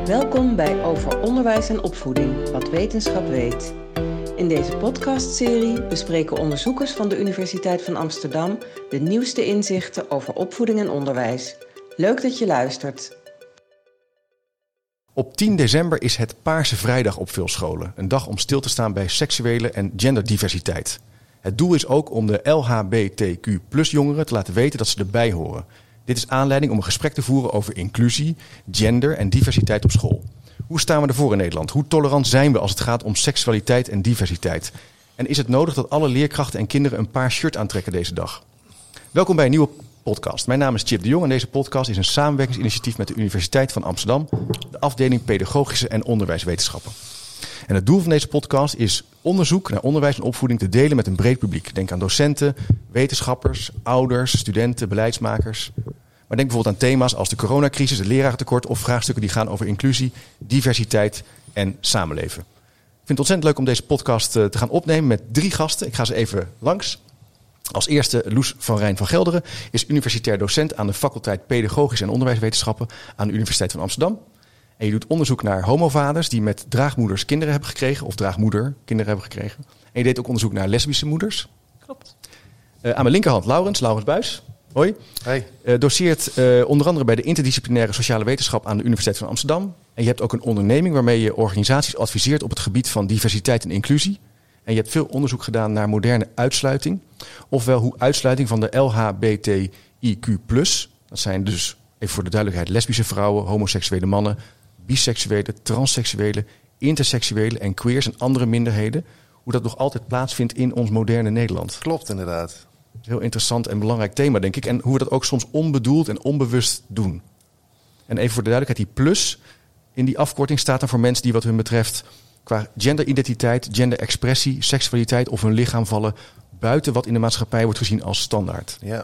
Welkom bij Over Onderwijs en Opvoeding, wat wetenschap weet. In deze podcastserie bespreken onderzoekers van de Universiteit van Amsterdam de nieuwste inzichten over opvoeding en onderwijs. Leuk dat je luistert. Op 10 december is het Paarse Vrijdag op veel scholen. Een dag om stil te staan bij seksuele en genderdiversiteit. Het doel is ook om de LHBTQ+-jongeren te laten weten dat ze erbij horen. Dit is aanleiding om een gesprek te voeren over inclusie, gender en diversiteit op school. Hoe staan we ervoor in Nederland? Hoe tolerant zijn we als het gaat om seksualiteit en diversiteit? En is het nodig dat alle leerkrachten en kinderen een paars shirt aantrekken deze dag? Welkom bij een nieuwe podcast. Mijn naam is Chip de Jong en deze podcast is een samenwerkingsinitiatief met de Universiteit van Amsterdam, de afdeling Pedagogische en Onderwijswetenschappen. En het doel van deze podcast is onderzoek naar onderwijs en opvoeding te delen met een breed publiek. Denk aan docenten, wetenschappers, ouders, studenten, beleidsmakers. Maar denk bijvoorbeeld aan thema's als de coronacrisis, het lerarentekort of vraagstukken die gaan over inclusie, diversiteit en samenleven. Ik vind het ontzettend leuk om deze podcast te gaan opnemen met 3 gasten. Ik ga ze even langs. Als eerste Loes van Rijn van Gelderen is universitair docent aan de faculteit Pedagogische en Onderwijswetenschappen aan de Universiteit van Amsterdam. En je doet onderzoek naar homovaders die met draagmoeders kinderen hebben gekregen of draagmoeder kinderen hebben gekregen. En je deed ook onderzoek naar lesbische moeders. Klopt. Aan mijn linkerhand Laurens Buis. Hoi. Hey. Doceert onder andere bij de interdisciplinaire sociale wetenschap aan de Universiteit van Amsterdam. En je hebt ook een onderneming waarmee je organisaties adviseert op het gebied van diversiteit en inclusie. En je hebt veel onderzoek gedaan naar moderne uitsluiting. Ofwel hoe uitsluiting van de LHBTIQ+, dat zijn dus, even voor de duidelijkheid, lesbische vrouwen, homoseksuele mannen, biseksuele, transseksuele, interseksuele en queers en andere minderheden, hoe dat nog altijd plaatsvindt in ons moderne Nederland. Klopt, inderdaad. Heel interessant en belangrijk thema, denk ik. En hoe we dat ook soms onbedoeld en onbewust doen. En even voor de duidelijkheid, die plus in die afkorting staat dan voor mensen die wat hun betreft qua genderidentiteit, genderexpressie, seksualiteit of hun lichaam vallen buiten wat in de maatschappij wordt gezien als standaard. Ja.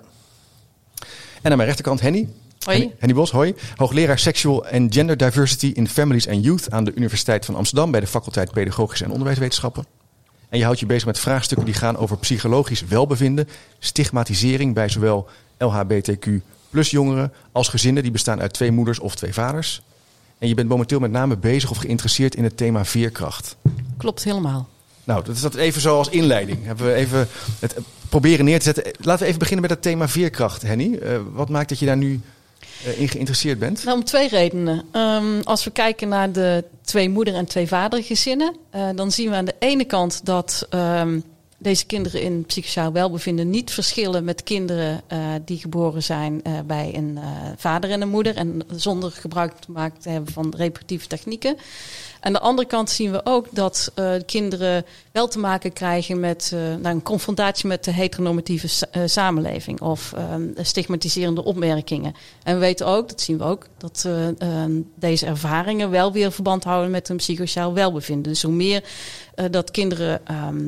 En aan mijn rechterkant Henny. Hoi. Henny Bos, hoi. Hoogleraar Sexual and Gender Diversity in Families and Youth aan de Universiteit van Amsterdam bij de faculteit Pedagogische en Onderwijswetenschappen. En je houdt je bezig met vraagstukken die gaan over psychologisch welbevinden, stigmatisering bij zowel LHBTQ+ jongeren als gezinnen die bestaan uit 2 moeders of 2 vaders. En je bent momenteel met name bezig of geïnteresseerd in het thema veerkracht. Klopt helemaal. Nou, dat is dat even zo als inleiding. Hebben we even het proberen neer te zetten. Laten we even beginnen met het thema veerkracht, Henny. Wat maakt dat je daar nu in geïnteresseerd bent? Nou, om 2 redenen. Als we kijken naar de 2 moeder- en 2 vadergezinnen, dan zien we aan de ene kant dat deze kinderen in psychosociaal welbevinden niet verschillen met kinderen die geboren zijn bij een vader en een moeder en zonder gebruik te hebben van reproductieve technieken. Aan de andere kant zien we ook dat kinderen wel te maken krijgen met een confrontatie met de heteronormatieve samenleving of stigmatiserende opmerkingen. En we weten ook, dat zien we ook, dat deze ervaringen wel weer verband houden met hun psychosociaal welbevinden. Dus hoe meer dat kinderen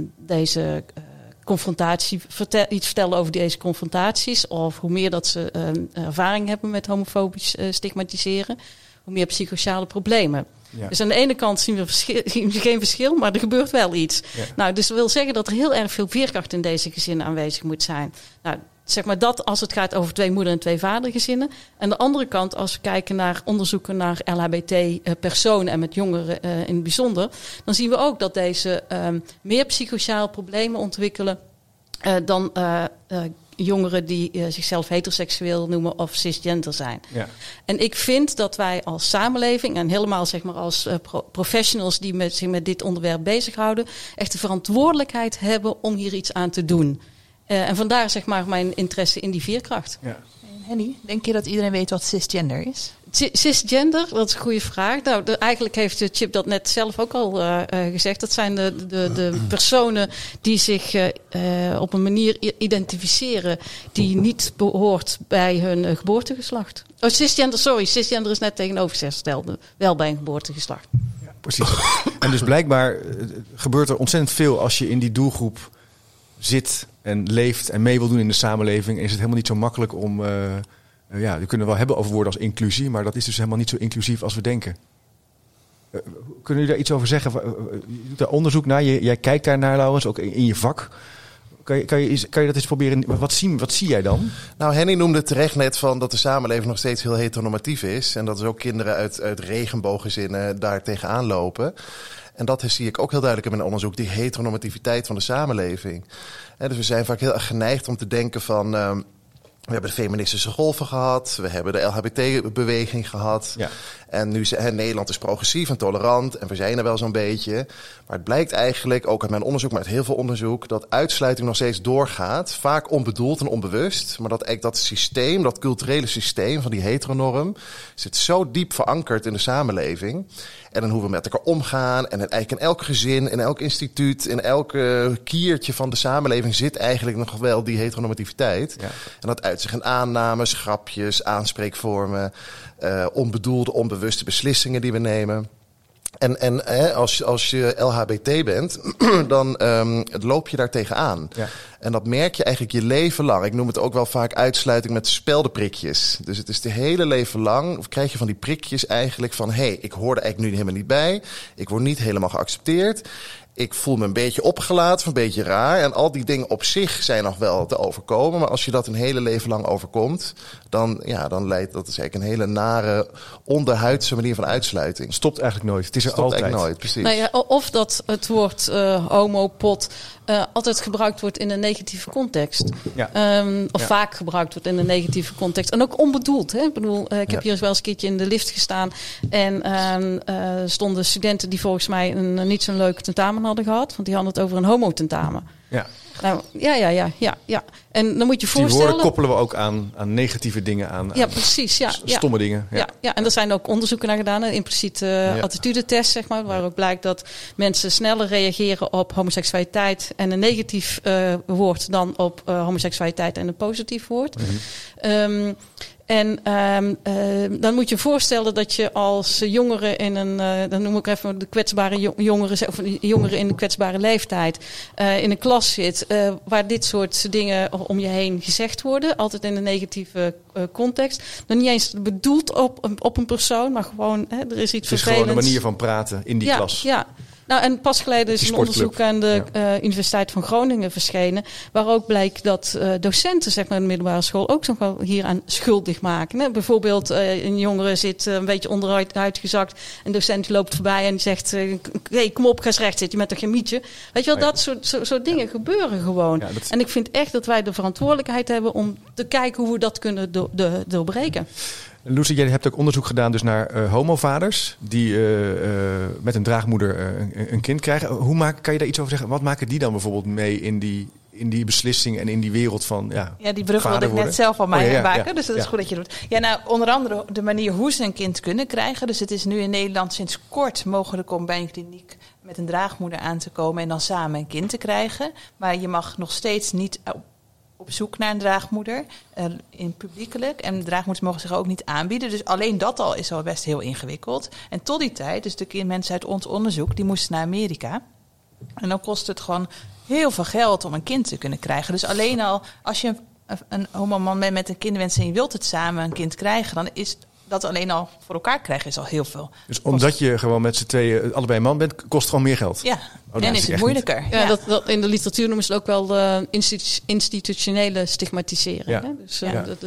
deze confrontatie iets vertellen over deze confrontaties, of hoe meer dat ze ervaring hebben met homofobisch stigmatiseren, hoe meer psychosociale problemen. Ja. Dus aan de ene kant zien we geen verschil, maar er gebeurt wel iets. Ja. Nou, dus dat wil zeggen dat er heel erg veel veerkracht in deze gezinnen aanwezig moet zijn. Nou, zeg maar dat als het gaat over 2 moeder- en 2 vadergezinnen. Aan de andere kant, als we kijken naar onderzoeken naar LHBT-personen en met jongeren in het bijzonder, dan zien we ook dat deze meer psychosociale problemen ontwikkelen dan jongeren die zichzelf heteroseksueel noemen of cisgender zijn. Ja. En ik vind dat wij als samenleving en helemaal zeg maar als professionals die zich met dit onderwerp bezighouden, echt de verantwoordelijkheid hebben om hier iets aan te doen. En vandaar zeg maar mijn interesse in die veerkracht. Ja. Henny, denk je dat iedereen weet wat cisgender is? Cisgender, dat is een goede vraag. Nou, eigenlijk heeft Chip dat net zelf ook al gezegd. Dat zijn de personen die zich op een manier identificeren die niet behoort bij hun geboortegeslacht. Oh, cisgender is net tegenovergesteld, wel bij een geboortegeslacht. Ja, precies. En dus blijkbaar gebeurt er ontzettend veel als je in die doelgroep zit en leeft en mee wil doen in de samenleving. En is het helemaal niet zo makkelijk om we kunnen het wel hebben over woorden als inclusie, maar dat is dus helemaal niet zo inclusief als we denken. Kunnen jullie daar iets over zeggen? Je doet daar onderzoek naar, jij kijkt daar naar, Laurens, ook in je vak. Kan je dat eens proberen? Wat zie jij dan? Nou, Henny noemde terecht net van dat de samenleving nog steeds heel heteronormatief is. En dat dus ook kinderen uit regenbooggezinnen daar tegenaan lopen. En dat zie ik ook heel duidelijk in mijn onderzoek, die heteronormativiteit van de samenleving. Dus we zijn vaak heel erg geneigd om te denken van... we hebben de feministische golven gehad, we hebben de LHBT-beweging gehad. Ja. En nu Nederland is progressief en tolerant en we zijn er wel zo'n beetje. Maar het blijkt eigenlijk, ook uit mijn onderzoek, maar uit heel veel onderzoek... dat uitsluiting nog steeds doorgaat, vaak onbedoeld en onbewust. Maar dat systeem, dat culturele systeem van die heteronorm... zit zo diep verankerd in de samenleving... En dan hoe we met elkaar omgaan. En eigenlijk in elk gezin, in elk instituut, in elk kiertje van de samenleving zit eigenlijk nog wel die heteronormativiteit. Ja. En dat uit zich in aannames, grapjes, aanspreekvormen, onbedoelde, onbewuste beslissingen die we nemen. En als je LHBT bent, dan loop je daar tegenaan. Ja. En dat merk je eigenlijk je leven lang. Ik noem het ook wel vaak uitsluiting met speldenprikjes. Dus het is de hele leven lang, of krijg je van die prikjes eigenlijk van... ik hoor er eigenlijk nu helemaal niet bij. Ik word niet helemaal geaccepteerd. Ik voel me een beetje opgelaten of een beetje raar. En al die dingen op zich zijn nog wel te overkomen. Maar als je dat een hele leven lang overkomt... dan leidt dat is eigenlijk een hele nare, onderhuidse manier van uitsluiting. Stopt eigenlijk nooit. Het is er Stopt altijd. Eigenlijk nooit, precies. Nou ja, of dat het woord homo, pot... altijd gebruikt wordt in een negatieve context. Ja. Of vaak gebruikt wordt in een negatieve context. En ook onbedoeld. Hè? Ik bedoel, ik heb hier wel eens een keertje in de lift gestaan. En stonden studenten die volgens mij een niet zo'n leuk tentamen hadden gehad. Want die hadden het over een homo-tentamen. Ja. Nou, ja. En dan moet je voorstellen... Die woorden koppelen we ook aan negatieve dingen aan. Ja, precies. Ja, stomme dingen. Ja, en er zijn ook onderzoeken naar gedaan. Een impliciete attitudetest, zeg maar. Waar ook blijkt dat mensen sneller reageren op homoseksualiteit en een negatief woord dan op homoseksualiteit en een positief woord. Mm-hmm. Dan moet je voorstellen dat je als jongere in een... dan noem ik even de kwetsbare jongeren... of jongeren in een kwetsbare leeftijd... in een klas zit... waar dit soort dingen om je heen gezegd worden. Altijd in een negatieve context. Dan niet eens bedoeld op een persoon... maar gewoon, er is iets vervelends. Het is gewoon een manier van praten in die klas. Ja. Nou, en pas geleden is een onderzoek aan de Universiteit van Groningen verschenen... waar ook bleek dat docenten, zeg maar, in de middelbare school... ook nog wel hieraan schuldig maken. Hè? Bijvoorbeeld, een jongere zit een beetje onderuit gezakt... een docent loopt voorbij en die zegt... hey, kom op, ga eens recht zitten, je bent toch geen mietje? Weet je wel, dat soort dingen gebeuren gewoon. Ja, en ik vind echt dat wij de verantwoordelijkheid hebben... om te kijken hoe we dat kunnen doorbreken. Loes, jij hebt ook onderzoek gedaan dus naar homovaders die met een draagmoeder een kind krijgen. Kan je daar iets over zeggen? Wat maken die dan bijvoorbeeld mee in die beslissing en in die wereld van die brug wilde ik net zelf al maken, dus dat is goed dat je doet. Ja, nou, onder andere de manier hoe ze een kind kunnen krijgen. Dus het is nu in Nederland sinds kort mogelijk om bij een kliniek met een draagmoeder aan te komen en dan samen een kind te krijgen. Maar je mag nog steeds niet op zoek naar een draagmoeder, in publiekelijk. En draagmoeders mogen zich ook niet aanbieden. Dus alleen dat al is al best heel ingewikkeld. En tot die tijd, dus de mensen uit ons onderzoek, die moesten naar Amerika. En dan kost het gewoon heel veel geld om een kind te kunnen krijgen. Dus alleen al, als je een homoman bent met een kinderwens en je wilt het samen een kind krijgen, dan is dat alleen al voor elkaar krijgen is al heel veel. Dus omdat je gewoon met z'n tweeën allebei man bent, kost het gewoon meer geld? Ja, en is het moeilijker. Ja, dat in de literatuur noemen ze het ook wel de institutionele stigmatisering. Ja. Hè? Dus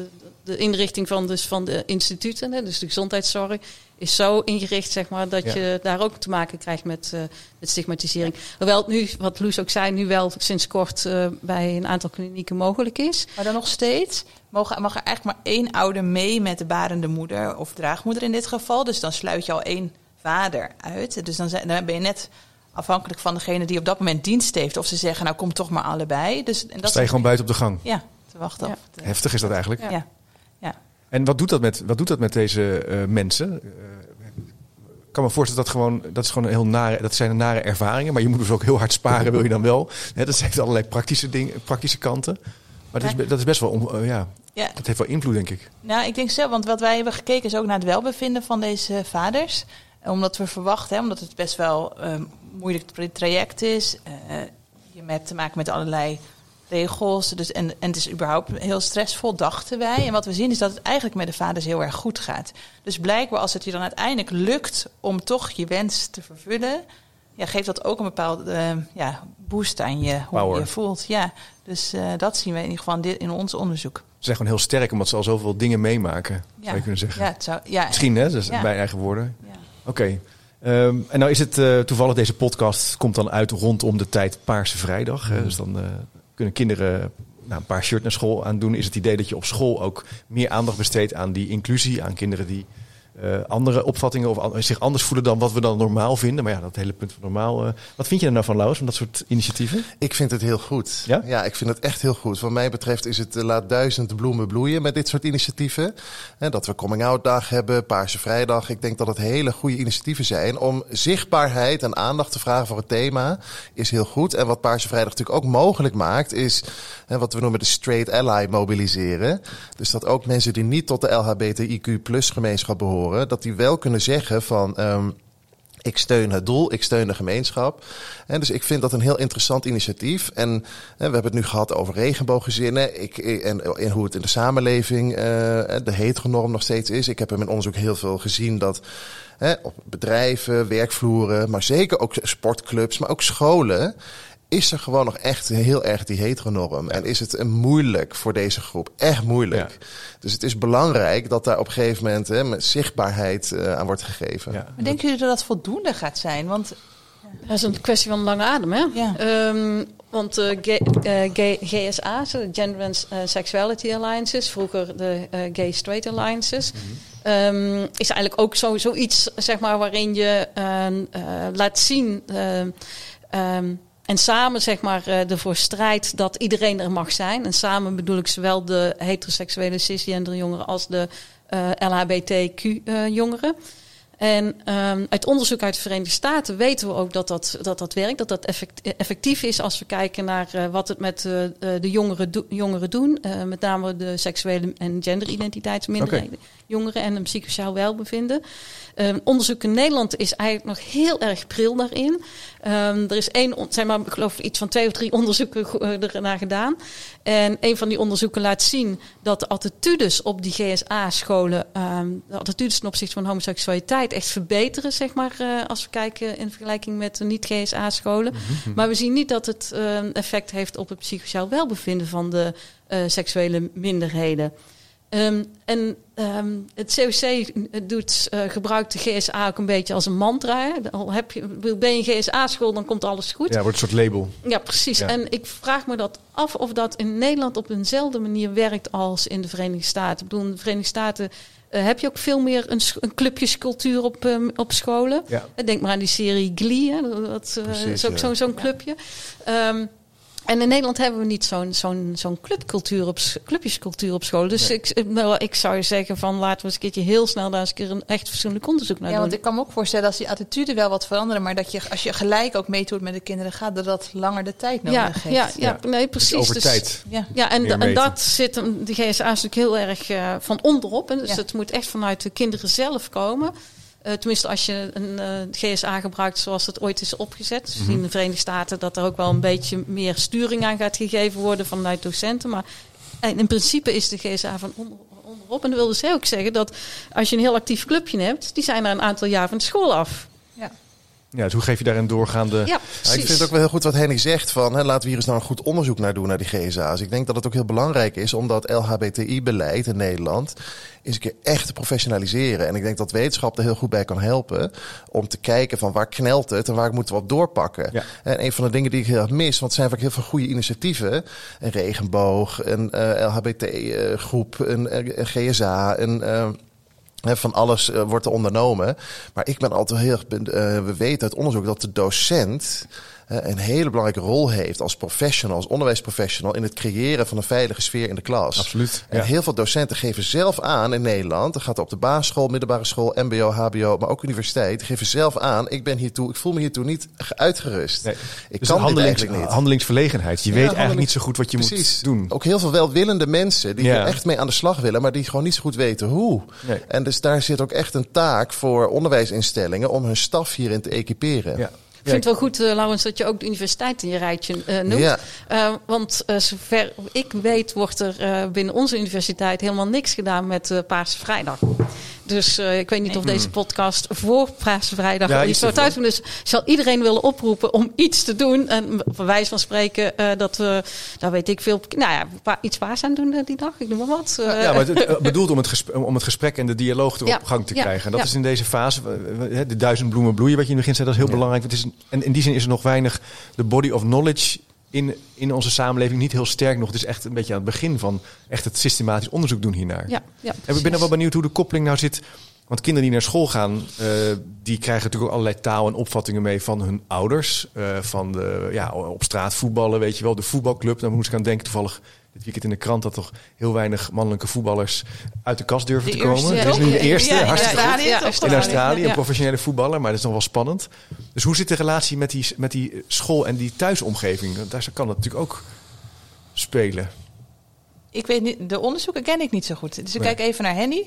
de inrichting van de instituten, hè? Dus de gezondheidszorg, is zo ingericht, zeg maar, dat je daar ook te maken krijgt met stigmatisering. Hoewel het nu, wat Loes ook zei, nu wel sinds kort bij een aantal klinieken mogelijk is. Maar dan nog steeds mag er eigenlijk maar 1 ouder mee met de barende moeder of draagmoeder in dit geval. Dus dan sluit je al 1 vader uit. Dus dan ben je net afhankelijk van degene die op dat moment dienst heeft. Of ze zeggen, nou kom toch maar allebei. Dus, en dat sta je gewoon buiten op de gang? Ja, te wachten op. Heftig is dat eigenlijk? Ja. En wat doet dat met deze mensen? Ik kan me voorstellen dat is gewoon heel nare, dat zijn nare ervaringen. Maar je moet dus ook heel hard sparen, wil je dan wel. Dat heeft allerlei praktische kanten. Maar dat is best wel, dat heeft wel invloed, denk ik. Nou, ik denk zo, want wat wij hebben gekeken is ook naar het welbevinden van deze vaders. Omdat we verwachten, omdat het best wel moeilijk traject is. Je hebt te maken met allerlei regels. Dus, en het is überhaupt heel stressvol, dachten wij. En wat we zien is dat het eigenlijk met de vaders heel erg goed gaat. Dus blijkbaar als het je dan uiteindelijk lukt om toch je wens te vervullen, geeft dat ook een bepaalde boost aan je, hoe Power. je je voelt. Ja, dus dat zien we in ieder geval in ons onderzoek. Ze zijn gewoon heel sterk, omdat ze al zoveel dingen meemaken, zou je kunnen zeggen. Ja, het zou, ja. Misschien, hè? Dus mijn eigen woorden. Ja. Oké. En nou is het toevallig, deze podcast komt dan uit rondom de tijd Paarse Vrijdag. Dus dan kunnen kinderen een paar shirt naar school aandoen. Is het idee dat je op school ook meer aandacht besteedt aan die inclusie, aan kinderen die andere opvattingen of zich anders voelen dan wat we dan normaal vinden. Maar ja, dat hele punt van normaal. Wat vind je er nou van, Laus, van dat soort initiatieven? Ik vind het heel goed. Ja? Ja, ik vind het echt heel goed. Wat mij betreft is het laat 1000 bloemen bloeien met dit soort initiatieven. Dat we Coming-out Dag hebben, Paarse Vrijdag. Ik denk dat het hele goede initiatieven zijn om zichtbaarheid en aandacht te vragen voor het thema. Is heel goed. En wat Paarse Vrijdag natuurlijk ook mogelijk maakt, is wat we noemen de straight ally mobiliseren. Dus dat ook mensen die niet tot de LHBTIQ+ gemeenschap behoren, dat die wel kunnen zeggen van ik steun het doel, ik steun de gemeenschap. En dus ik vind dat een heel interessant initiatief. En we hebben het nu gehad over regenbooggezinnen en hoe het in de samenleving de heteronorm nog steeds is. Ik heb in mijn onderzoek heel veel gezien dat op bedrijven, werkvloeren, maar zeker ook sportclubs, maar ook scholen, is er gewoon nog echt heel erg die heteronorm. En is het moeilijk voor deze groep. Echt moeilijk. Ja. Dus het is belangrijk dat daar op een gegeven moment met zichtbaarheid aan wordt gegeven. Ja. Maar denken jullie dat dat voldoende gaat zijn? Want dat is een kwestie van lange adem, hè? Ja. Want GSA's, de Gender and Sexuality Alliances, vroeger de Gay Straight Alliances, is eigenlijk ook zoiets, zeg maar, waarin je laat zien en samen, zeg maar, ervoor strijdt dat iedereen er mag zijn. En samen bedoel ik zowel de heteroseksuele cisgender jongeren als de LHBTQ jongeren. En uit onderzoek uit de Verenigde Staten weten we ook dat werkt. Dat dat effectief is als we kijken naar wat het met de jongeren doen. Met name de seksuele en genderidentiteitsminderheden jongeren en een psychosociaal welbevinden. Onderzoek in Nederland is eigenlijk nog heel erg pril daarin. Er is ik geloof iets van 2 of 3 onderzoeken ernaar gedaan. En een van die onderzoeken laat zien dat de attitudes op die GSA-scholen, de attitudes ten opzichte van homoseksualiteit echt verbeteren, zeg maar, als we kijken in vergelijking met de niet-GSA-scholen. Mm-hmm. Maar we zien niet dat het effect heeft op het psychosociaal welbevinden van de seksuele minderheden. Het COC gebruikt de GSA ook een beetje als een mantra. Ben je een GSA-school, dan komt alles goed. Ja, wordt een soort label. Ja, precies. Ja. En ik vraag me dat af of dat in Nederland op eenzelfde manier werkt als in de Verenigde Staten. Ik bedoel, in de Verenigde Staten heb je ook veel meer een clubjescultuur op scholen. Ja. Denk maar aan die serie Glee. Dat is ook zo'n clubje. En in Nederland hebben we niet zo'n clubjescultuur op school. Dus ik zou zeggen van laten we eens een keertje heel snel daar eens een keer een echt fatsoenlijk onderzoek naar doen. Want ik kan me ook voorstellen als die attitude wel wat veranderen, maar dat je als je gelijk ook meedoet met de kinderen gaat, dat langer de tijd nodig heeft. Ja, nee, precies. Dus over tijd. En dat zit de GSA natuurlijk heel erg van onderop. En dus het moet echt vanuit de kinderen zelf komen. Tenminste, als je een GSA gebruikt zoals het ooit is opgezet. Dus we zien in de Verenigde Staten dat er ook wel een beetje meer sturing aan gaat gegeven worden vanuit docenten. Maar in principe is de GSA van onderop. En dat wil dus ook zeggen dat als je een heel actief clubje hebt, die zijn er een aantal jaar van de school af. Ja, dus hoe geef je daar een doorgaande... Ja, ik vind het ook wel heel goed wat Henny zegt van laten we hier eens nou een goed onderzoek naar doen naar die GSA's. Ik denk dat het ook heel belangrijk is om dat LHBTI-beleid in Nederland eens een keer echt te professionaliseren. En ik denk dat wetenschap er heel goed bij kan helpen om te kijken van waar knelt het en waar moeten we op doorpakken. Ja. En een van de dingen die ik heel erg mis, want er zijn vaak heel veel goede initiatieven. Een regenboog, een LHBT-groep, een GSA, van alles wordt er ondernomen. Maar ik ben altijd heel we weten uit onderzoek dat de docent een hele belangrijke rol heeft als professional, als onderwijsprofessional in het creëren van een veilige sfeer in de klas. Absoluut. En heel veel docenten geven zelf aan in Nederland, dat gaat op de basisschool, middelbare school, mbo, hbo, maar ook universiteit, geven zelf aan, ik voel me hiertoe niet uitgerust. Nee. Ik dus kan dit eigenlijk niet. Handelingsverlegenheid. Je weet eigenlijk niet zo goed wat je moet doen. Ook heel veel welwillende mensen die er echt mee aan de slag willen, maar die gewoon niet zo goed weten hoe. Nee. En dus daar zit ook echt een taak voor onderwijsinstellingen om hun staf hierin te equiperen. Ja. Ik vind het wel goed, Laurens, dat je ook de universiteit in je rijtje noemt. Ja. Want zover ik weet wordt er binnen onze universiteit helemaal niks gedaan met Paarse Vrijdag. Dus ik weet niet of deze podcast voor Paarse Vrijdag al iets zou uitdoen. Dus ik zal iedereen willen oproepen om iets te doen. En voor wijze van spreken dat we, daar weet ik veel, iets paars aan doen die dag. Ik noem maar wat. Maar het bedoeld om het gesprek en de dialoog op gang te krijgen. En dat is in deze fase, de 1000 bloemen bloeien, wat je in het begin zei, dat is heel belangrijk. Het is en in die zin is er nog weinig de body of knowledge in onze samenleving niet heel sterk nog. Het is echt een beetje aan het begin van echt het systematisch onderzoek doen hiernaar. En ik ben wel benieuwd hoe de koppeling nou zit. Want kinderen die naar school gaan, die krijgen natuurlijk ook allerlei taal en opvattingen mee van hun ouders. Van op straat voetballen, weet je wel, de voetbalclub. Daar moest ik aan denken toevallig dit weekend in de krant dat toch heel weinig mannelijke voetballers uit de kast durven te komen. Dit is nu de eerste, hartstikke goed. In Australië, een professionele voetballer, maar dat is nog wel spannend. Dus hoe zit de relatie met die school en die thuisomgeving? Daar kan het natuurlijk ook spelen. Ik weet niet, de onderzoeken ken ik niet zo goed. Dus ik kijk even naar Henny.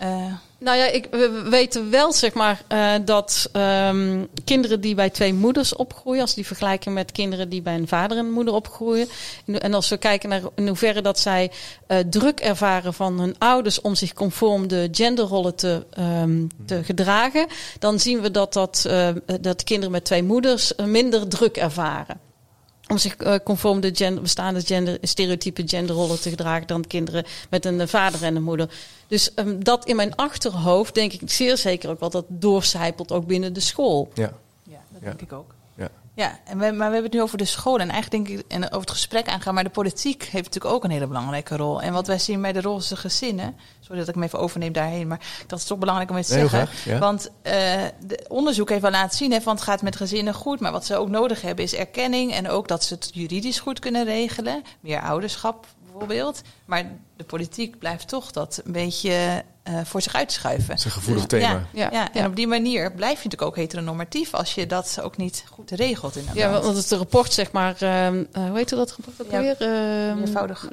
We weten wel, zeg maar, dat kinderen die bij twee moeders opgroeien, als die vergelijken met kinderen die bij een vader en moeder opgroeien, en als we kijken naar in hoeverre dat zij druk ervaren van hun ouders om zich conform de genderrollen te gedragen, dan zien we dat kinderen met twee moeders minder druk ervaren om zich conform de bestaande stereotype genderrollen te gedragen dan kinderen met een vader en een moeder. Dus dat in mijn achterhoofd denk ik zeer zeker ook wel dat doorcijpelt ook binnen de school. Ja, dat denk ik ook. Ja, maar we hebben het nu over de school en eigenlijk denk ik en over het gesprek aangaan. Maar de politiek heeft natuurlijk ook een hele belangrijke rol. En wat wij zien bij de roze gezinnen, sorry dat ik hem even overneem daarheen, maar dat is toch belangrijk om het te zeggen. Graag, ja. Want de onderzoek heeft wel laten zien, want het gaat met gezinnen goed. Maar wat ze ook nodig hebben is erkenning en ook dat ze het juridisch goed kunnen regelen. Meer ouderschap bijvoorbeeld. Maar de politiek blijft toch dat een beetje voor zich uitschuiven. Dat is een gevoelig thema. En op die manier blijf je natuurlijk ook heteronormatief als je dat ook niet goed regelt. Ja, want het rapport, zeg maar, hoe heet dat rapport ook weer? Meervoudig.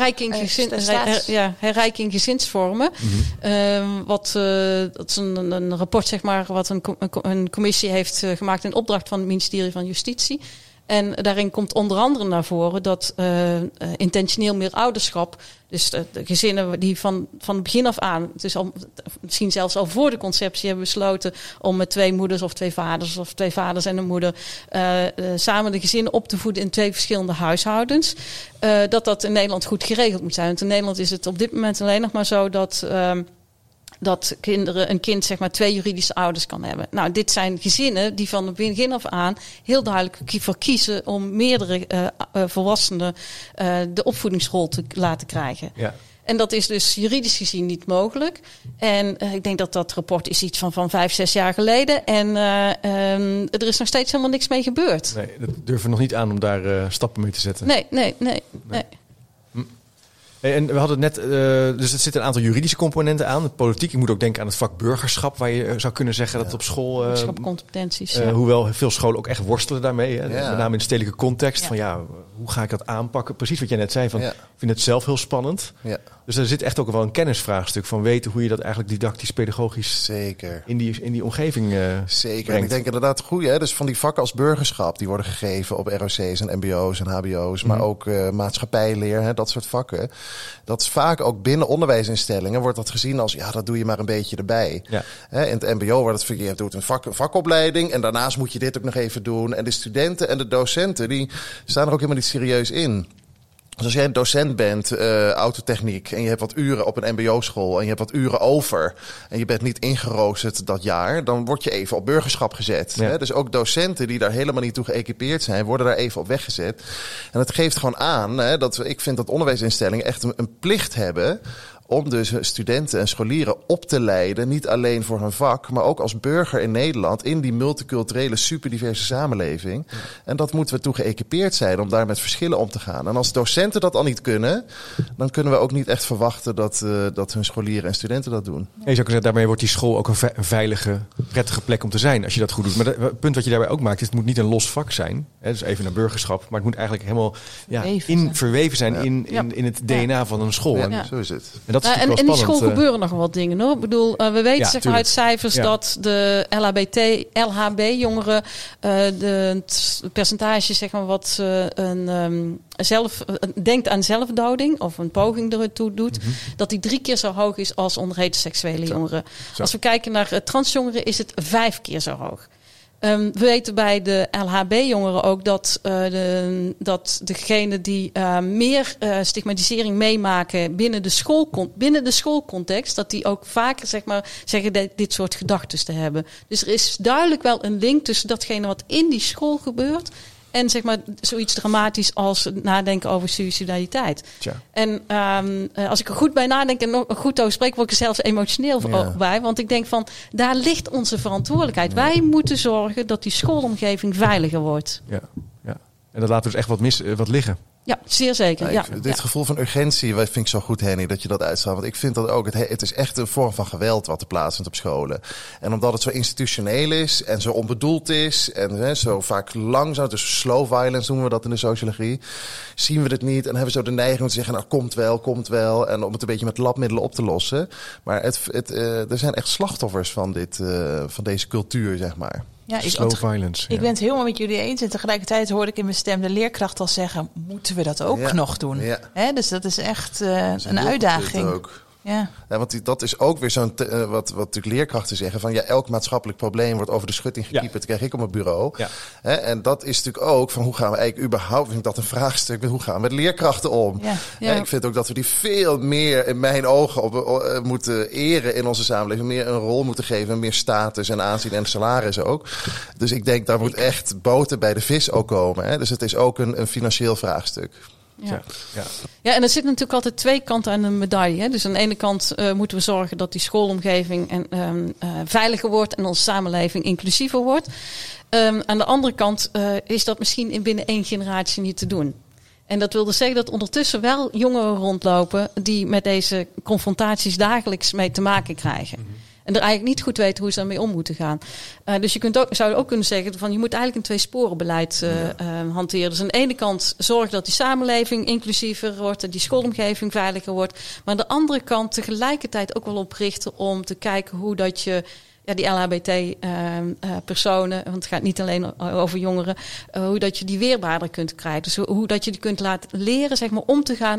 Herrijking gezinsvormen. Mm-hmm. Dat is een rapport, zeg maar, wat een commissie heeft gemaakt in opdracht van het ministerie van Justitie. En daarin komt onder andere naar voren dat intentioneel meer ouderschap, dus de gezinnen die van het begin af aan, dus misschien zelfs al voor de conceptie hebben besloten om met twee moeders of twee vaders en een moeder samen de gezinnen op te voeden in twee verschillende huishoudens, dat in Nederland goed geregeld moet zijn. Want in Nederland is het op dit moment alleen nog maar zo dat een kind zeg maar twee juridische ouders kan hebben. Nou, dit zijn gezinnen die van het begin af aan heel duidelijk voor kiezen om meerdere volwassenen de opvoedingsrol te laten krijgen. Ja. En dat is dus juridisch gezien niet mogelijk. En ik denk dat rapport is iets van 5-6 jaar geleden. En er is nog steeds helemaal niks mee gebeurd. Nee, dat durven we nog niet aan om daar stappen mee te zetten. Nee. En we hadden net, dus er zitten een aantal juridische componenten aan. De politiek, je moet ook denken aan het vak burgerschap, waar je zou kunnen zeggen dat op school, burgerschapcompetenties, hoewel veel scholen ook echt worstelen daarmee. Hè, met name in de stedelijke context. Van hoe ga ik dat aanpakken? Precies wat jij net zei, ik vind het zelf heel spannend. Ja. Dus er zit echt ook wel een kennisvraagstuk van weten hoe je dat eigenlijk didactisch, pedagogisch zeker in die omgeving zeker. brengt. En ik denk inderdaad goed, hè? Dus van die vakken als burgerschap, die worden gegeven op ROC's en mbo's en hbo's, maar ook maatschappijleer, hè, dat soort vakken. Dat is vaak ook binnen onderwijsinstellingen wordt dat gezien als, dat doe je maar een beetje erbij. Ja. Hè, in het mbo wordt het verkeerd, je doet een vakopleiding en daarnaast moet je dit ook nog even doen. En de studenten en de docenten, die staan er ook helemaal niet serieus in. Dus als jij een docent bent, autotechniek, en je hebt wat uren op een mbo-school en je hebt wat uren over en je bent niet ingeroosterd dat jaar, dan word je even op burgerschap gezet. Ja. Hè? Dus ook docenten die daar helemaal niet toe geëquipeerd zijn, worden daar even op weggezet. En dat geeft gewoon aan ik vind dat onderwijsinstellingen echt een plicht hebben om dus studenten en scholieren op te leiden, niet alleen voor hun vak, maar ook als burger in Nederland in die multiculturele, superdiverse samenleving. Ja. En dat moeten we toe geëquipeerd zijn om daar met verschillen om te gaan. En als docenten dat al niet kunnen, dan kunnen we ook niet echt verwachten dat hun scholieren en studenten dat doen. Ja, je zou kunnen zeggen, daarmee wordt die school ook een veilige, prettige plek om te zijn als je dat goed doet. Maar het punt wat je daarbij ook maakt, is het moet niet een los vak zijn. Hè, dus even naar burgerschap, maar het moet eigenlijk helemaal verweven zijn in het DNA van een school. Ja, zo is het. En En in die school gebeuren nog wat dingen, hoor. Ik bedoel, we weten uit cijfers dat de LHB-jongeren het percentage, zeg maar, wat denkt aan zelfdoding of een poging ertoe doet, dat die 3 keer zo hoog is als onder heteroseksuele jongeren. Zo. Als we kijken naar transjongeren is het 5 keer zo hoog. We weten bij de LHB-jongeren ook dat degenen die meer stigmatisering meemaken binnen de schoolcontext, dat die ook vaker, zeg maar, zeggen dit soort gedachten te hebben. Dus er is duidelijk wel een link tussen datgene wat in die school gebeurt en, zeg maar, zoiets dramatisch als nadenken over suicidaliteit. Tja. En als ik er goed bij nadenk en nog goed over spreek, word ik er zelfs emotioneel bij. Want ik denk van, daar ligt onze verantwoordelijkheid. Ja. Wij moeten zorgen dat die schoolomgeving veiliger wordt. Ja. En dat laten we dus echt wat liggen. Ja, zeer zeker. Ja, dit gevoel van urgentie vind ik zo goed, Henny, dat je dat uitstraalt. Want ik vind dat ook, het is echt een vorm van geweld wat er plaatsvindt op scholen. En omdat het zo institutioneel is en zo onbedoeld is en zo vaak langzaam, dus slow violence noemen we dat in de sociologie, zien we het niet en hebben we zo de neiging om te zeggen, nou komt wel. En om het een beetje met labmiddelen op te lossen. Maar er zijn echt slachtoffers van deze cultuur, zeg maar. Ja, slow violence. Ik ben het helemaal met jullie eens. En tegelijkertijd hoorde ik in mijn stem de leerkracht al zeggen, moeten we dat ook nog doen? Ja. Dus dat is echt een uitdaging. Ook. Ja, want dat is ook weer zo'n wat natuurlijk leerkrachten zeggen van elk maatschappelijk probleem wordt over de schutting gekieperd. Dat krijg ik op mijn bureau. Ja. En dat is natuurlijk ook van hoe gaan we eigenlijk überhaupt, vind ik dat een vraagstuk, hoe gaan we met leerkrachten om? Ja. Ik vind ook dat we die veel meer in mijn ogen moeten eren in onze samenleving, meer een rol moeten geven, meer status en aanzien en salaris ook. Dus ik denk daar moet echt boter bij de vis ook komen. Dus het is ook een financieel vraagstuk. Ja, en er zitten natuurlijk altijd 2 kanten aan de medaille. Hè? Dus aan de ene kant moeten we zorgen dat die schoolomgeving veiliger wordt en onze samenleving inclusiever wordt. Aan de andere kant is dat misschien binnen 1 generatie niet te doen. En dat wil dus zeggen dat ondertussen wel jongeren rondlopen die met deze confrontaties dagelijks mee te maken krijgen. Mm-hmm. En er eigenlijk niet goed weten hoe ze daarmee om moeten gaan. Dus je zou ook kunnen zeggen van je moet eigenlijk een 2-sporenbeleid hanteren. Dus aan de ene kant zorgen dat die samenleving inclusiever wordt, dat die schoolomgeving veiliger wordt. Maar aan de andere kant tegelijkertijd ook wel op richten om te kijken hoe dat je die LHBT-personen, want het gaat niet alleen over jongeren, hoe dat je die weerbaarder kunt krijgen. Dus hoe dat je die kunt laten leren, zeg maar, om te gaan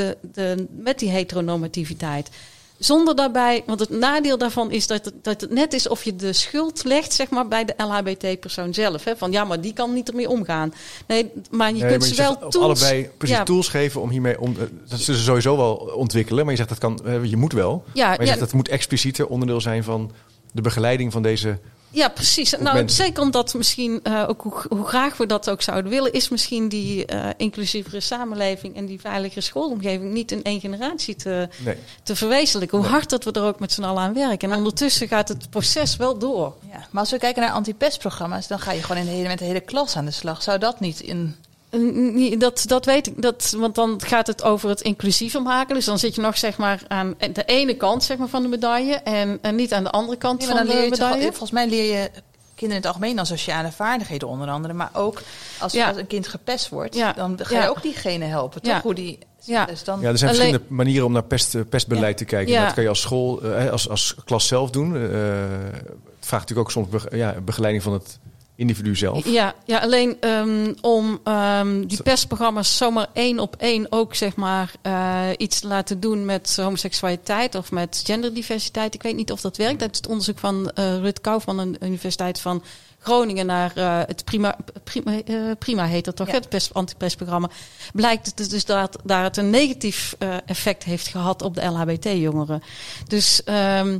met die heteronormativiteit. Zonder daarbij, want het nadeel daarvan is dat het net is of je de schuld legt, zeg maar, bij de LHBT-persoon zelf. Hè? Van maar die kan niet ermee omgaan. Nee, maar je kunt ze wel tools, allebei precies tools geven om hiermee om. Dat ze sowieso wel ontwikkelen, maar je zegt dat kan, je moet wel. Maar je zegt dat moet explicieter onderdeel zijn van de begeleiding van deze. Ja, precies. Nou, zeker omdat misschien ook hoe graag we dat ook zouden willen, is misschien die inclusievere samenleving en die veiligere schoolomgeving niet in 1 generatie te verwezenlijken. Hoe hard dat we er ook met z'n allen aan werken. En ondertussen gaat het proces wel door. Ja, maar als we kijken naar anti-pestprogramma's, dan ga je gewoon met de hele klas aan de slag. Zou dat niet in... Dat weet ik. Want dan gaat het over het inclusiever maken. Dus dan zit je nog, zeg maar, aan de ene kant, zeg maar, van de medaille en niet aan de andere kant van de medaille. Volgens mij leer je kinderen in het algemeen dan sociale vaardigheden onder andere. Maar ook als een kind gepest wordt, dan ga je ook diegene helpen. Toch? Hoe die... Dus dan... er zijn verschillende manieren om naar pestbeleid te kijken. Ja. Dat kan je als school, als klas zelf doen. Het vraagt natuurlijk ook soms begeleiding van het individu zelf. Ja, alleen om die pestprogramma's zomaar 1 op 1 ook, zeg maar, iets te laten doen met homoseksualiteit of met genderdiversiteit. Ik weet niet of dat werkt. Uit het onderzoek van Rut Kauf van de Universiteit van Groningen naar het Prima heet dat toch, het antipestprogramma. Blijkt dus dat daar het een negatief effect heeft gehad op de LHBT-jongeren. Dus en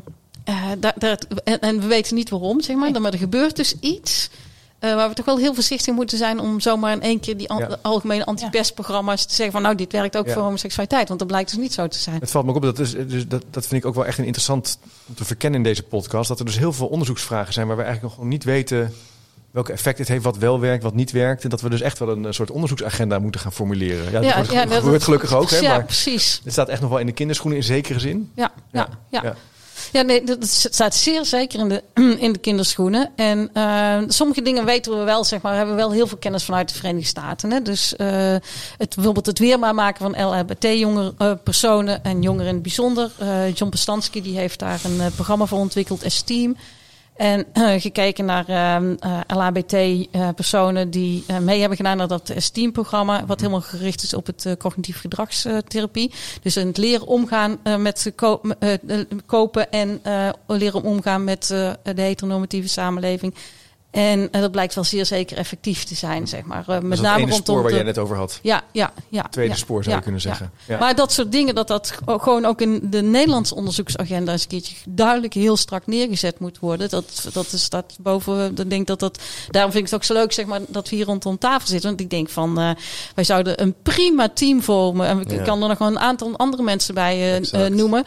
we weten niet waarom, zeg maar. Maar er gebeurt dus iets waar we toch wel heel voorzichtig moeten zijn om zomaar in 1 keer die algemene antipestprogramma's te zeggen van nou, dit werkt ook voor homoseksualiteit. Want dat blijkt dus niet zo te zijn. Het valt me ook op, dat vind ik ook wel echt een interessant om te verkennen in deze podcast. Dat er dus heel veel onderzoeksvragen zijn waar we eigenlijk nog niet weten welke effect het heeft, wat wel werkt, wat niet werkt. En dat we dus echt wel een soort onderzoeksagenda moeten gaan formuleren. Dat gebeurt gelukkig ook. Hè, ja, maar precies. Het staat echt nog wel in de kinderschoenen in zekere zin. Ja. Ja, nee, dat staat zeer zeker in de kinderschoenen. En sommige dingen weten we wel, zeg maar, hebben we wel heel veel kennis vanuit de Verenigde Staten. Hè? Dus bijvoorbeeld het weerbaar maken van LHBT-jongeren, personen en jongeren in het bijzonder. John Postanski die heeft daar een programma voor ontwikkeld, Esteem. En gekeken naar LHBT-personen die mee hebben gedaan naar dat Esteem-programma. Wat helemaal gericht is op het cognitief gedragstherapie. Dus in het leren omgaan met kopen en leren omgaan met de heteronormatieve samenleving. En dat blijkt wel zeer zeker effectief te zijn, zeg maar. Met name rondom spoor waar jij net over had. Ja. Tweede spoor zou je kunnen zeggen. Ja. Maar dat soort dingen, dat gewoon ook in de Nederlandse onderzoeksagenda eens een keertje duidelijk heel strak neergezet moet worden. Dat staat boven. Dan denk dat daarom vind ik het ook zo leuk, zeg maar, dat we hier rondom tafel zitten. Want ik denk van, wij zouden een prima team vormen. En ik kan er nog wel een aantal andere mensen bij noemen.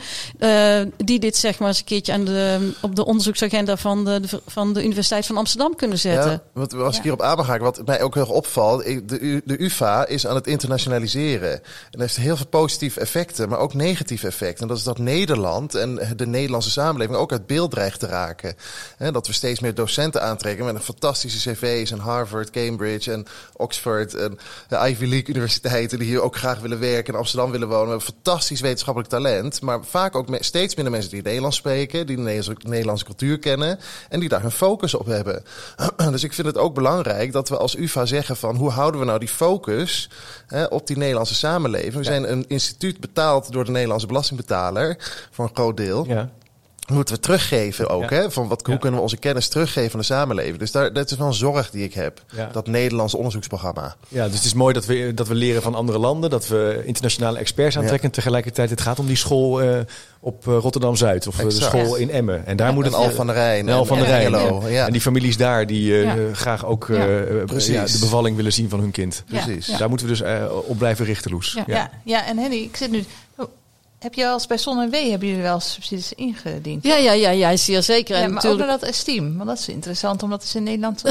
Die dit, zeg maar, eens een keertje op de onderzoeksagenda van de Universiteit van Amsterdam kunnen zetten. Ja, want als ik hierop aan mag haken, wat mij ook heel erg opvalt, de UvA is aan het internationaliseren. En dat heeft heel veel positieve effecten, maar ook negatieve effecten. En dat is dat Nederland en de Nederlandse samenleving ook uit beeld dreigt te raken. En dat we steeds meer docenten aantrekken met een fantastische cv's en Harvard, Cambridge en Oxford en de Ivy League universiteiten die hier ook graag willen werken in Amsterdam willen wonen. We hebben fantastisch wetenschappelijk talent, maar vaak ook steeds minder mensen die Nederlands spreken, die de Nederlandse cultuur kennen en die daar hun focus op hebben. Dus ik vind het ook belangrijk dat we als UvA zeggen van hoe houden we nou die focus op die Nederlandse samenleving. We zijn een instituut betaald door de Nederlandse belastingbetaler voor een groot deel. Ja. Moeten we teruggeven ook, hè? Van hoe kunnen we onze kennis teruggeven aan de samenleving? Dus dat is wel een zorg die ik heb. Ja. Dat Nederlandse onderzoeksprogramma. Ja, dus het is mooi dat we leren van andere landen, dat we internationale experts aantrekken. Ja. Tegelijkertijd, het gaat om die school op Rotterdam-Zuid of de school in Emmen. En daar moet het Al van der Rijn. Ja. En die families daar die graag ook de bevalling willen zien van hun kind. Precies. Ja. Daar moeten we dus op blijven richten, Loes. Ja, en Henny, ik zit nu. Heb je als bij Zon en W hebben jullie wel subsidies ingediend? Ja, zeer zeker. Ja, maar natuurlijk ook naar dat Esteem, want dat is interessant omdat het in Nederland.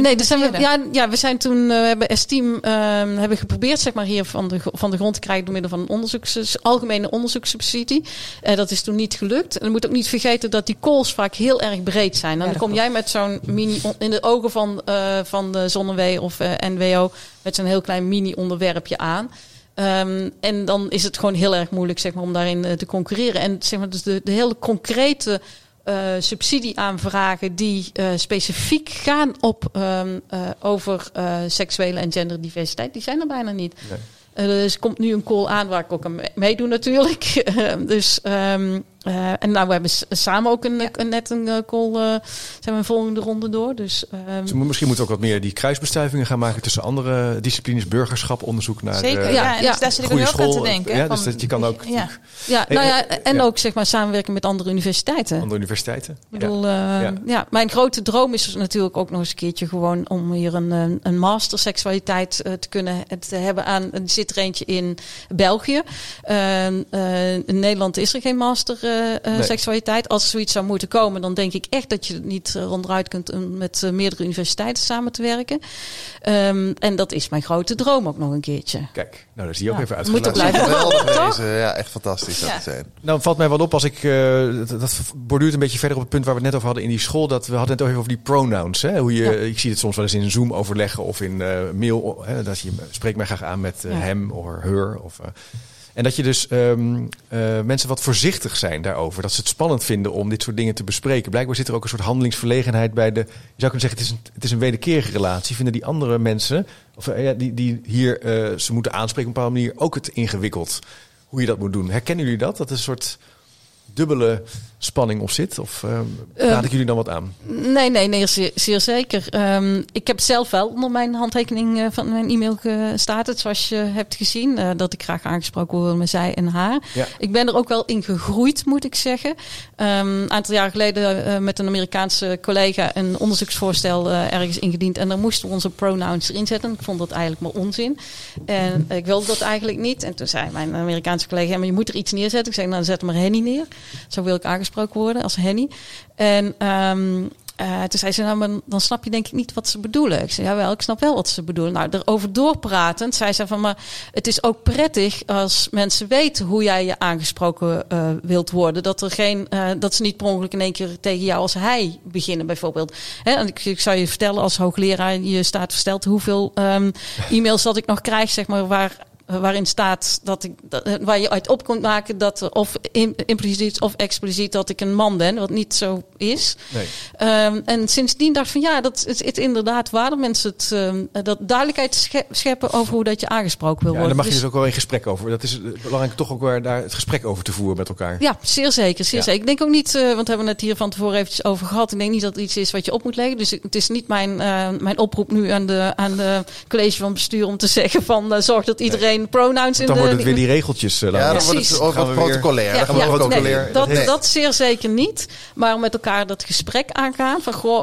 We zijn toen hebben Esteem hebben geprobeerd, zeg maar, hier van de grond te krijgen door middel van een algemene onderzoekssubsidie. Dat is toen niet gelukt. En je moet ook niet vergeten dat die calls vaak heel erg breed zijn. Dan kom jij met zo'n mini in de ogen van de Zon en W of NWO met zo'n heel klein mini onderwerpje aan. En dan is het gewoon heel erg moeilijk, zeg maar, om daarin te concurreren. En zeg maar, dus de hele concrete subsidieaanvragen die specifiek gaan over seksuele en genderdiversiteit, die zijn er bijna niet. Nee. Dus er komt nu een call aan waar ik ook aan meedoe natuurlijk. En nou, we hebben samen ook net een call, zijn we een volgende ronde door. Dus misschien moeten we ook wat meer die kruisbestuivingen gaan maken tussen andere disciplines, burgerschap, onderzoek naar zeker, daar zit ik ook aan te denken. Ja, dus dat je kan ook. En ook, zeg maar, samenwerken met andere universiteiten. Ik bedoel, mijn grote droom is natuurlijk ook nog eens een keertje gewoon om hier een master seksualiteit te hebben aan. Er zit er eentje in België. In Nederland is er geen master seksualiteit. Als er zoiets zou moeten komen, dan denk ik echt dat je het niet onderuit kunt om met meerdere universiteiten samen te werken. En dat is mijn grote droom ook nog een keertje. Kijk, nou, dat is die ook even uitgelegd. Moet ook blijven. Ja, echt fantastisch dat zijn. Nou, valt mij wel op als ik dat borduurt een beetje verder op het punt waar we het net over hadden in die school. Dat we hadden het even over die pronouns. Hè? Ik zie het soms wel eens in Zoom overleggen of in mail. Dat je spreekt mij graag aan met hem of her. En dat je dus mensen wat voorzichtig zijn daarover. Dat ze het spannend vinden om dit soort dingen te bespreken. Blijkbaar zit er ook een soort handelingsverlegenheid bij je zou kunnen zeggen, het is een wederkerige relatie. Vinden die andere mensen, die hier ze moeten aanspreken op een bepaalde manier, ook het ingewikkeld hoe je dat moet doen. Herkennen jullie dat? Dat er een soort dubbele spanning op zit? Of raad ik jullie dan wat aan? Nee, zeer zeker. Ik heb zelf wel onder mijn handtekening van mijn e-mail gestaan, zoals je hebt gezien. Dat ik graag aangesproken word met zij en haar. Ja. Ik ben er ook wel in gegroeid, moet ik zeggen. Een aantal jaar geleden met een Amerikaanse collega een onderzoeksvoorstel ergens ingediend. En dan moesten we onze pronouns erin zetten. Ik vond dat eigenlijk maar onzin. En ik wilde dat eigenlijk niet. En toen zei mijn Amerikaanse collega, maar je moet er iets neerzetten. Ik zei, nou, zet maar Henny neer. Zo wil ik aangesproken worden als Henny. En Toen zei ze, nou, maar dan snap je denk ik niet wat ze bedoelen. Ik zei, jawel, ik snap wel wat ze bedoelen. Nou, erover doorpratend, zei ze van, maar het is ook prettig als mensen weten hoe jij je aangesproken wilt worden. Dat ze niet per ongeluk in één keer tegen jou als hij beginnen, bijvoorbeeld. En ik zou je vertellen, als hoogleraar, je staat versteld hoeveel e-mails dat ik nog krijg, zeg maar, waarin staat waar je uit op kunt maken dat of impliciet of expliciet dat ik een man ben, wat niet zo is. Nee. En sindsdien dacht ik van dat het inderdaad waar dat mensen dat duidelijkheid scheppen over hoe dat je aangesproken wil worden. Daar mag je dus ook wel in gesprek over. Dat is belangrijk toch ook weer daar het gesprek over te voeren met elkaar. Ja, zeer zeker. Zeker. Ik denk ook niet, want we hebben het hier van tevoren eventjes over gehad. Ik denk niet dat het iets is wat je op moet leggen. Dus het is niet mijn oproep nu aan de college van bestuur om te zeggen van zorg dat iedereen pronouns in dan wordt het weer die regeltjes. Dan wordt het wat protocolair. Dat zeer zeker niet. Maar met elkaar dat gesprek aangaan. Van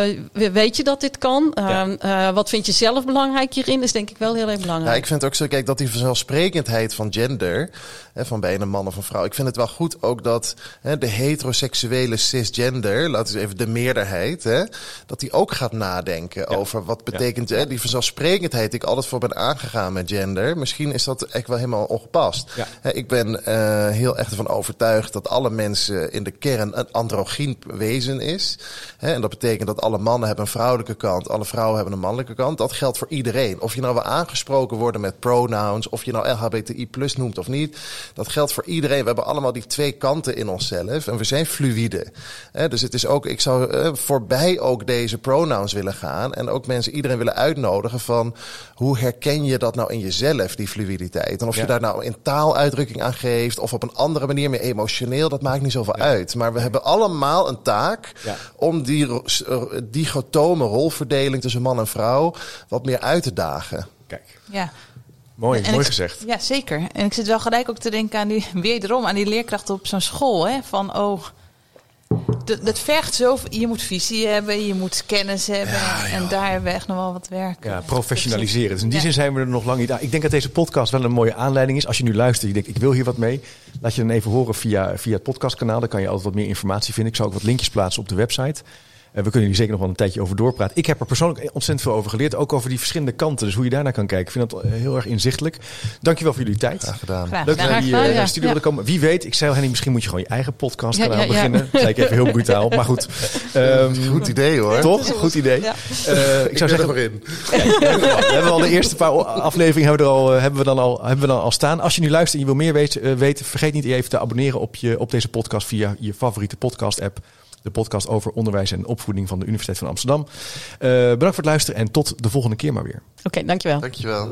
weet je dat dit kan? Wat vind je zelf belangrijk hierin? Is denk ik wel heel erg belangrijk. Ja, ik vind het ook zo, kijk, dat die vanzelfsprekendheid van gender, van bij een man of een vrouw. Ik vind het wel goed ook dat de heteroseksuele cisgender, laten we even de meerderheid, dat die ook gaat nadenken over wat betekent die vanzelfsprekendheid die ik altijd voor ben aangegaan met gender. Misschien is dat echt wel helemaal ongepast. Ja. Ik ben heel echt ervan overtuigd dat alle mensen in de kern een androgyn wezen is. En dat betekent dat alle mannen hebben een vrouwelijke kant, alle vrouwen hebben een mannelijke kant. Dat geldt voor iedereen. Of je nou wel aangesproken wordt met pronouns, of je nou LHBTI+ noemt of niet. Dat geldt voor iedereen. We hebben allemaal die twee kanten in onszelf en we zijn fluïde. Dus het is ook, ik zou voorbij ook deze pronouns willen gaan en ook iedereen willen uitnodigen van hoe herken je dat nou in jezelf, die fluïditeit. En of je daar nou in taaluitdrukking aan geeft of op een andere manier, meer emotioneel, dat maakt niet zoveel uit. Maar we hebben allemaal een taak om die dichotome rolverdeling tussen man en vrouw wat meer uit te dagen. Kijk. Ja. Mooi gezegd. Ja, zeker. En ik zit wel gelijk ook te denken aan die leerkrachten op zo'n school. Van dat vergt zo. Je moet visie hebben, je moet kennis hebben. En daar hebben we echt nog wel wat werk. Ja, professionaliseren. Dus in die zin zijn we er nog lang niet aan. Ik denk dat deze podcast wel een mooie aanleiding is. Als je nu luistert, je denkt ik wil hier wat mee. Laat je dan even horen via het podcastkanaal. Daar kan je altijd wat meer informatie vinden. Ik zal ook wat linkjes plaatsen op de website. We kunnen hier zeker nog wel een tijdje over doorpraten. Ik heb er persoonlijk ontzettend veel over geleerd. Ook over die verschillende kanten. Dus hoe je daarnaar kan kijken. Ik vind dat heel erg inzichtelijk. Dankjewel voor jullie tijd. Graag gedaan. Leuk dat jullie hier in de studio willen komen. Wie weet, ik zei Henny, misschien moet je gewoon je eigen podcastkanaal beginnen. Dat zei ik even heel brutaal. Maar goed. Goed idee hoor. Toch? Goed idee. Ja. Ik zou zeggen erin. We hebben al de eerste paar afleveringen hebben we dan al staan. Als je nu luistert en je wil meer weten, vergeet niet even te abonneren op deze podcast via je favoriete podcast app. De podcast over onderwijs en opvoeding van de Universiteit van Amsterdam. Bedankt voor het luisteren en tot de volgende keer maar weer. Oké, dankjewel. Dankjewel.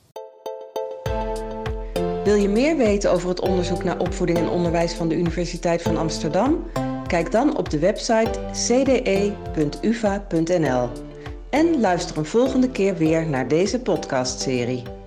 Wil je meer weten over het onderzoek naar opvoeding en onderwijs van de Universiteit van Amsterdam? Kijk dan op de website cde.uva.nl. En luister een volgende keer weer naar deze podcastserie.